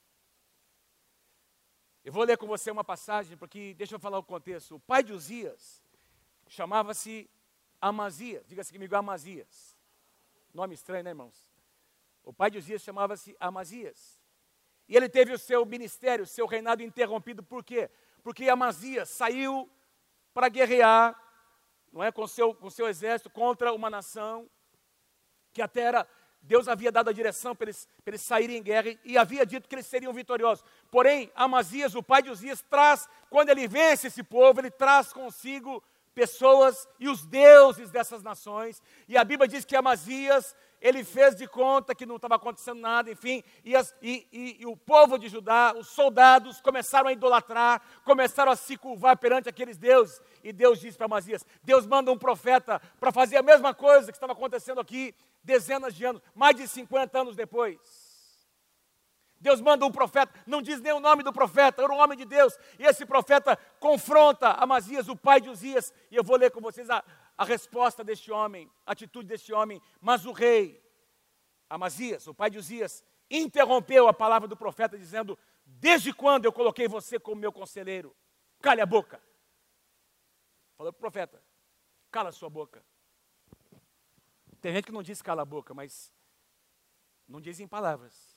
Eu vou ler com você uma passagem, porque, deixa eu falar o contexto. O pai de Uzias chamava-se Amazias, diga-se comigo, Amazias. Nome estranho, né, irmãos? O pai de Uzias chamava-se Amazias. E ele teve o seu ministério, o seu reinado interrompido, por quê? Porque Amazias saiu para guerrear, não é, com seu exército contra uma nação que até era, Deus havia dado a direção para eles saírem em guerra e havia dito que eles seriam vitoriosos. Porém, Amazias, o pai de Uzias, traz, quando ele vence esse povo, ele traz consigo pessoas e os deuses dessas nações. E a Bíblia diz que Amazias, ele fez de conta que não estava acontecendo nada, enfim, e o povo de Judá, os soldados, começaram a idolatrar, começaram a se curvar perante aqueles deuses. E Deus disse para Amazias, Deus manda um profeta para fazer a mesma coisa que estava acontecendo aqui, dezenas de anos, mais de 50 anos depois. Deus manda um profeta, não diz nem o nome do profeta, era um homem de Deus, e esse profeta confronta Amazias, o pai de Uzias, e eu vou ler com vocês a resposta deste homem, a atitude deste homem. Mas o rei, Amazias, o pai de Uzias, interrompeu a palavra do profeta, dizendo, desde quando eu coloquei você como meu conselheiro? Cale a boca. Falou para o profeta, cala a sua boca. Tem gente que não diz cala a boca, mas não diz em palavras.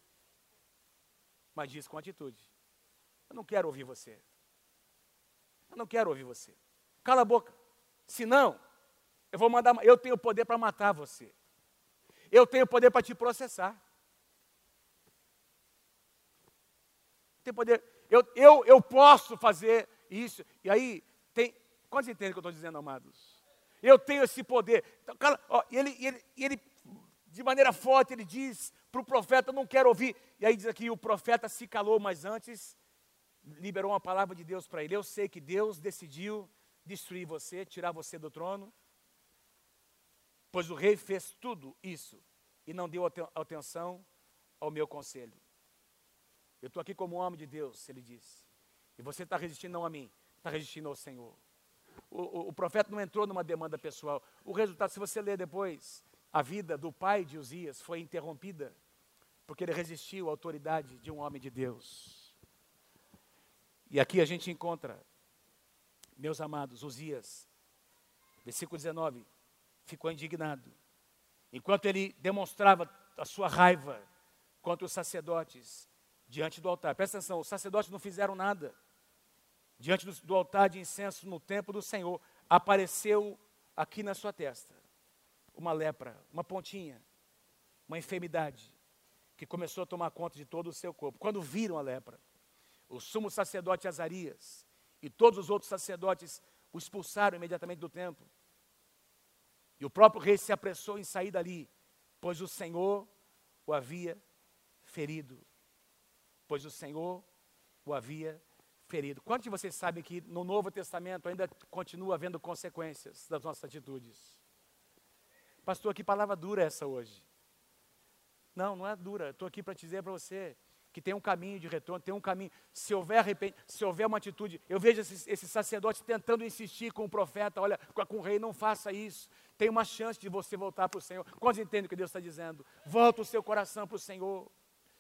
Mas diz com atitude. Eu não quero ouvir você. Eu não quero ouvir você. Cala a boca. Senão, eu tenho poder para matar você. Eu tenho poder para te processar. Tenho poder. Eu posso fazer isso. E aí, quantos entendem o que eu estou dizendo, amados? Eu tenho esse poder. Então, ele, de maneira forte, ele diz para o profeta, eu não quero ouvir. E aí diz aqui, o profeta se calou, mas antes liberou uma palavra de Deus para ele. Eu sei que Deus decidiu destruir você, tirar você do trono, pois o rei fez tudo isso e não deu atenção ao meu conselho. Eu estou aqui como um homem de Deus, ele disse. E você está resistindo não a mim, está resistindo ao Senhor. O profeta não entrou numa demanda pessoal. O resultado, se você ler depois, a vida do pai de Uzias foi interrompida, porque ele resistiu à autoridade de um homem de Deus. E aqui a gente encontra, meus amados, Uzias, versículo 19, ficou indignado. Enquanto ele demonstrava a sua raiva contra os sacerdotes diante do altar. Presta atenção, os sacerdotes não fizeram nada. Diante do altar de incenso no templo do Senhor, apareceu aqui na sua testa uma lepra, uma pontinha, uma enfermidade, que começou a tomar conta de todo o seu corpo. Quando viram a lepra, o sumo sacerdote Azarias e todos os outros sacerdotes o expulsaram imediatamente do templo. E o próprio rei se apressou em sair dali, pois o Senhor o havia ferido. Pois o Senhor o havia ferido. Quantos de vocês sabem que no Novo Testamento ainda continua havendo consequências das nossas atitudes? Pastor, que palavra dura é essa hoje? Não é dura. Estou aqui para dizer para você que tem um caminho de retorno, tem um caminho. Se houver se houver uma atitude, eu vejo esses sacerdotes tentando insistir com o profeta, olha, com o rei, não faça isso. Tem uma chance de você voltar para o Senhor. Quantos entendem o que Deus está dizendo? Volta o seu coração para o Senhor.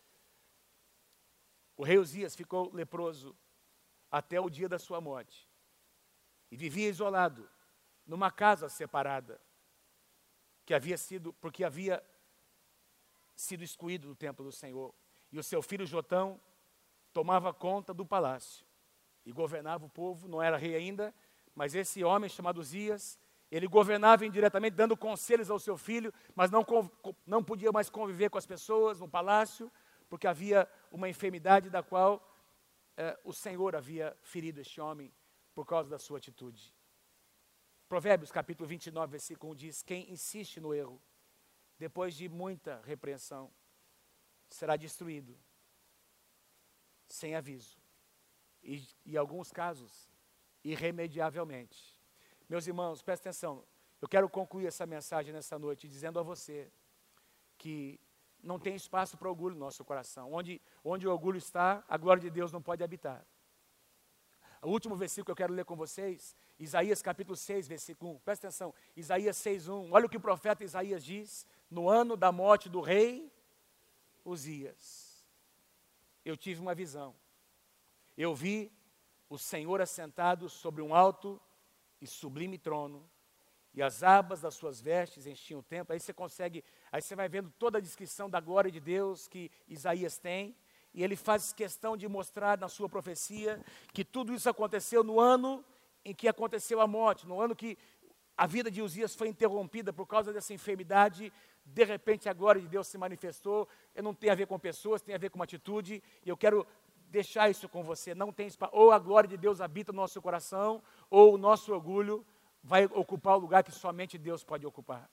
O rei Uzias ficou leproso até o dia da sua morte. E vivia isolado, numa casa separada, porque havia sido excluído do templo do Senhor. E o seu filho Jotão tomava conta do palácio e governava o povo, não era rei ainda, mas esse homem chamado Uzias, ele governava indiretamente, dando conselhos ao seu filho, mas não podia mais conviver com as pessoas no palácio, porque havia uma enfermidade da qual o Senhor havia ferido este homem por causa da sua atitude. Provérbios capítulo 29, versículo 1 diz, quem insiste no erro, depois de muita repreensão, será destruído, sem aviso, e em alguns casos, irremediavelmente. Meus irmãos, prestem atenção, eu quero concluir essa mensagem nessa noite, dizendo a você, que não tem espaço para orgulho no nosso coração. Onde o orgulho está, a glória de Deus não pode habitar. O último versículo que eu quero ler com vocês, Isaías capítulo 6, versículo 1. Presta atenção, Isaías 6, 1. Olha o que o profeta Isaías diz, no ano da morte do rei Uzias. Eu tive uma visão. Eu vi o Senhor assentado sobre um alto e sublime trono, e as abas das suas vestes enchiam o templo. Aí você vai vendo toda a descrição da glória de Deus que Isaías tem, e ele faz questão de mostrar na sua profecia que tudo isso aconteceu no ano em que aconteceu a morte, no ano que a vida de Uzias foi interrompida por causa dessa enfermidade. De repente a glória de Deus se manifestou. Não tem a ver com pessoas, tem a ver com uma atitude, e eu quero deixar isso com você. Não tem espaço, ou a glória de Deus habita no nosso coração, ou o nosso orgulho vai ocupar o lugar que somente Deus pode ocupar.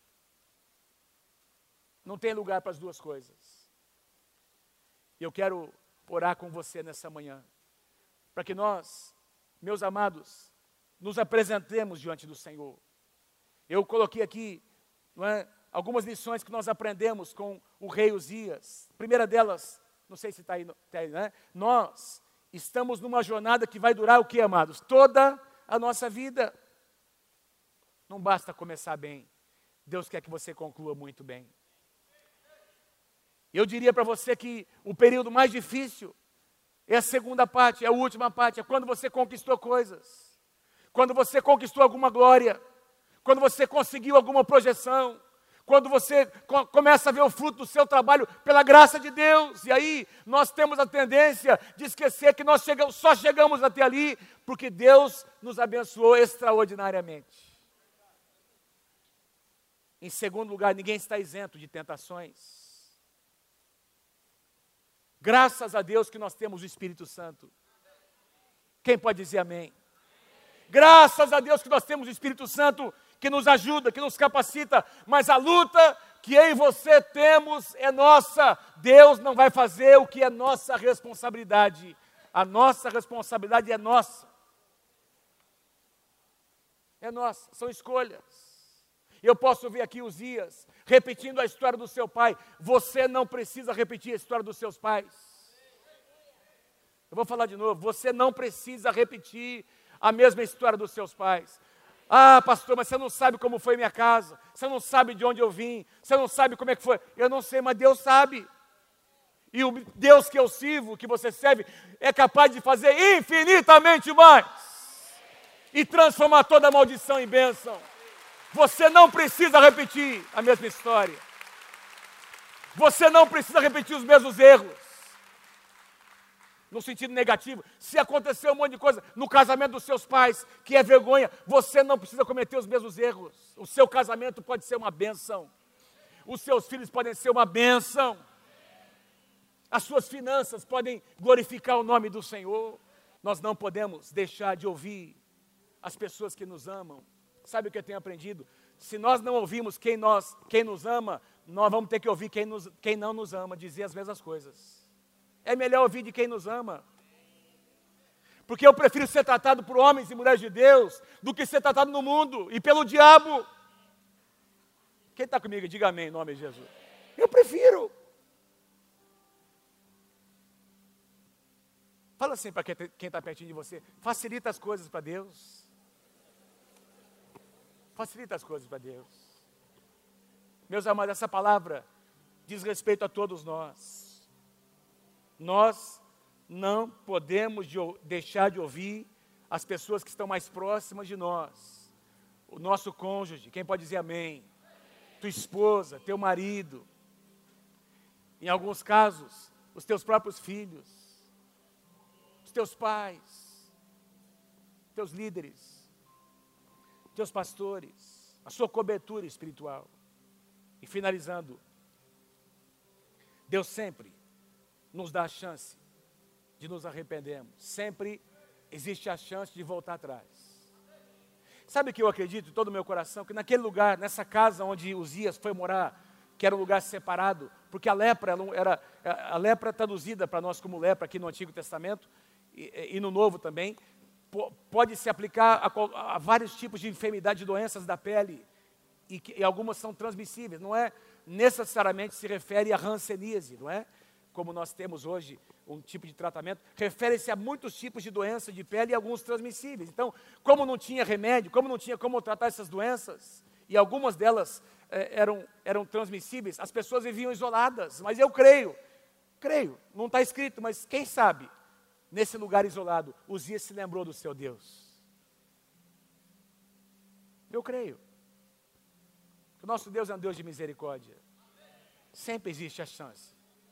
Não tem lugar para as duas coisas. Eu quero orar com você nessa manhã, para que nós, meus amados, nos apresentemos diante do Senhor. Eu coloquei aqui, algumas lições que nós aprendemos com o rei Uzias. A primeira delas, não sei se está aí, né? Nós estamos numa jornada que vai durar o quê, amados? Toda a nossa vida. Não basta começar bem, Deus quer que você conclua muito bem. Eu diria para você que o período mais difícil é a segunda parte, é a última parte, é quando você conquistou coisas, quando você conquistou alguma glória, quando você conseguiu alguma projeção, quando você começa a ver o fruto do seu trabalho pela graça de Deus. E aí nós temos a tendência de esquecer que nós só chegamos até ali porque Deus nos abençoou extraordinariamente. Em segundo lugar, ninguém está isento de tentações. Graças a Deus que nós temos o Espírito Santo. Quem pode dizer amém? Graças a Deus que nós temos o Espírito Santo que nos ajuda, que nos capacita, mas a luta que eu e você temos é nossa. Deus não vai fazer o que é nossa responsabilidade. A nossa responsabilidade é nossa. É nossa, são escolhas. Eu posso ver aqui Uzias repetindo a história do seu pai. Você não precisa repetir a história dos seus pais. Eu vou falar de novo. Você não precisa repetir a mesma história dos seus pais. Ah, pastor, mas você não sabe como foi minha casa. Você não sabe de onde eu vim. Você não sabe como é que foi. Eu não sei, mas Deus sabe. E o Deus que eu sirvo, que você serve, é capaz de fazer infinitamente mais. E transformar toda maldição em bênção. Você não precisa repetir a mesma história. Você não precisa repetir os mesmos erros. No sentido negativo. Se aconteceu um monte de coisa no casamento dos seus pais, que é vergonha, você não precisa cometer os mesmos erros. O seu casamento pode ser uma bênção. Os seus filhos podem ser uma bênção. As suas finanças podem glorificar o nome do Senhor. Nós não podemos deixar de ouvir as pessoas que nos amam. Sabe o que eu tenho aprendido? Se nós não ouvirmos quem nos ama, nós vamos ter que ouvir quem não nos ama, dizer as mesmas coisas. É melhor ouvir de quem nos ama. Porque eu prefiro ser tratado por homens e mulheres de Deus do que ser tratado no mundo e pelo diabo. Quem está comigo, diga amém em nome de Jesus. Eu prefiro. Fala assim para quem está pertinho de você. Facilita as coisas para Deus. Facilita as coisas para Deus. Meus amados, essa palavra diz respeito a todos nós. Nós não podemos deixar de ouvir as pessoas que estão mais próximas de nós. O nosso cônjuge, quem pode dizer amém? Tua esposa, teu marido. Em alguns casos, os teus próprios filhos. Os teus pais. Teus líderes. Teus pastores, a sua cobertura espiritual. E finalizando, Deus sempre nos dá a chance de nos arrependermos. Sempre existe a chance de voltar atrás. Sabe o que eu acredito em todo o meu coração? Que naquele lugar, nessa casa onde Uzias foi morar, que era um lugar separado, porque a lepra traduzida para nós como lepra aqui no Antigo Testamento e no Novo também, pode se aplicar a vários tipos de enfermidade, de doenças da pele, e algumas são transmissíveis, não é necessariamente se refere à hanseníase, não é? como nós temos hoje um tipo de tratamento, refere-se a muitos tipos de doenças de pele e alguns transmissíveis. Então, como não tinha remédio, como não tinha como tratar essas doenças, e algumas delas eram transmissíveis, as pessoas viviam isoladas. Mas eu creio, não está escrito, mas quem sabe, nesse lugar isolado, Uzias se lembrou do seu Deus. Eu creio que o nosso Deus é um Deus de misericórdia. Sempre existe a chance.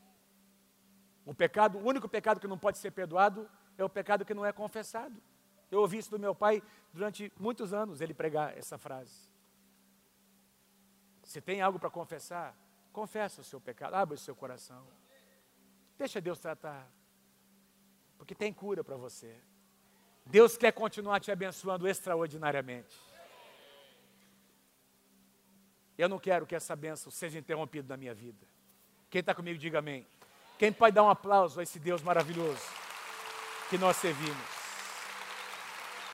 O único pecado que não pode ser perdoado é o pecado que não é confessado. Eu ouvi isso do meu pai durante muitos anos, ele pregar essa frase. Se tem algo para confessar, confessa o seu pecado, abre o seu coração. Deixa Deus tratar, porque tem cura para você. Deus quer continuar te abençoando extraordinariamente. Eu não quero que essa bênção seja interrompida na minha vida. Quem está comigo, diga amém. Quem pode dar um aplauso a esse Deus maravilhoso que nós servimos?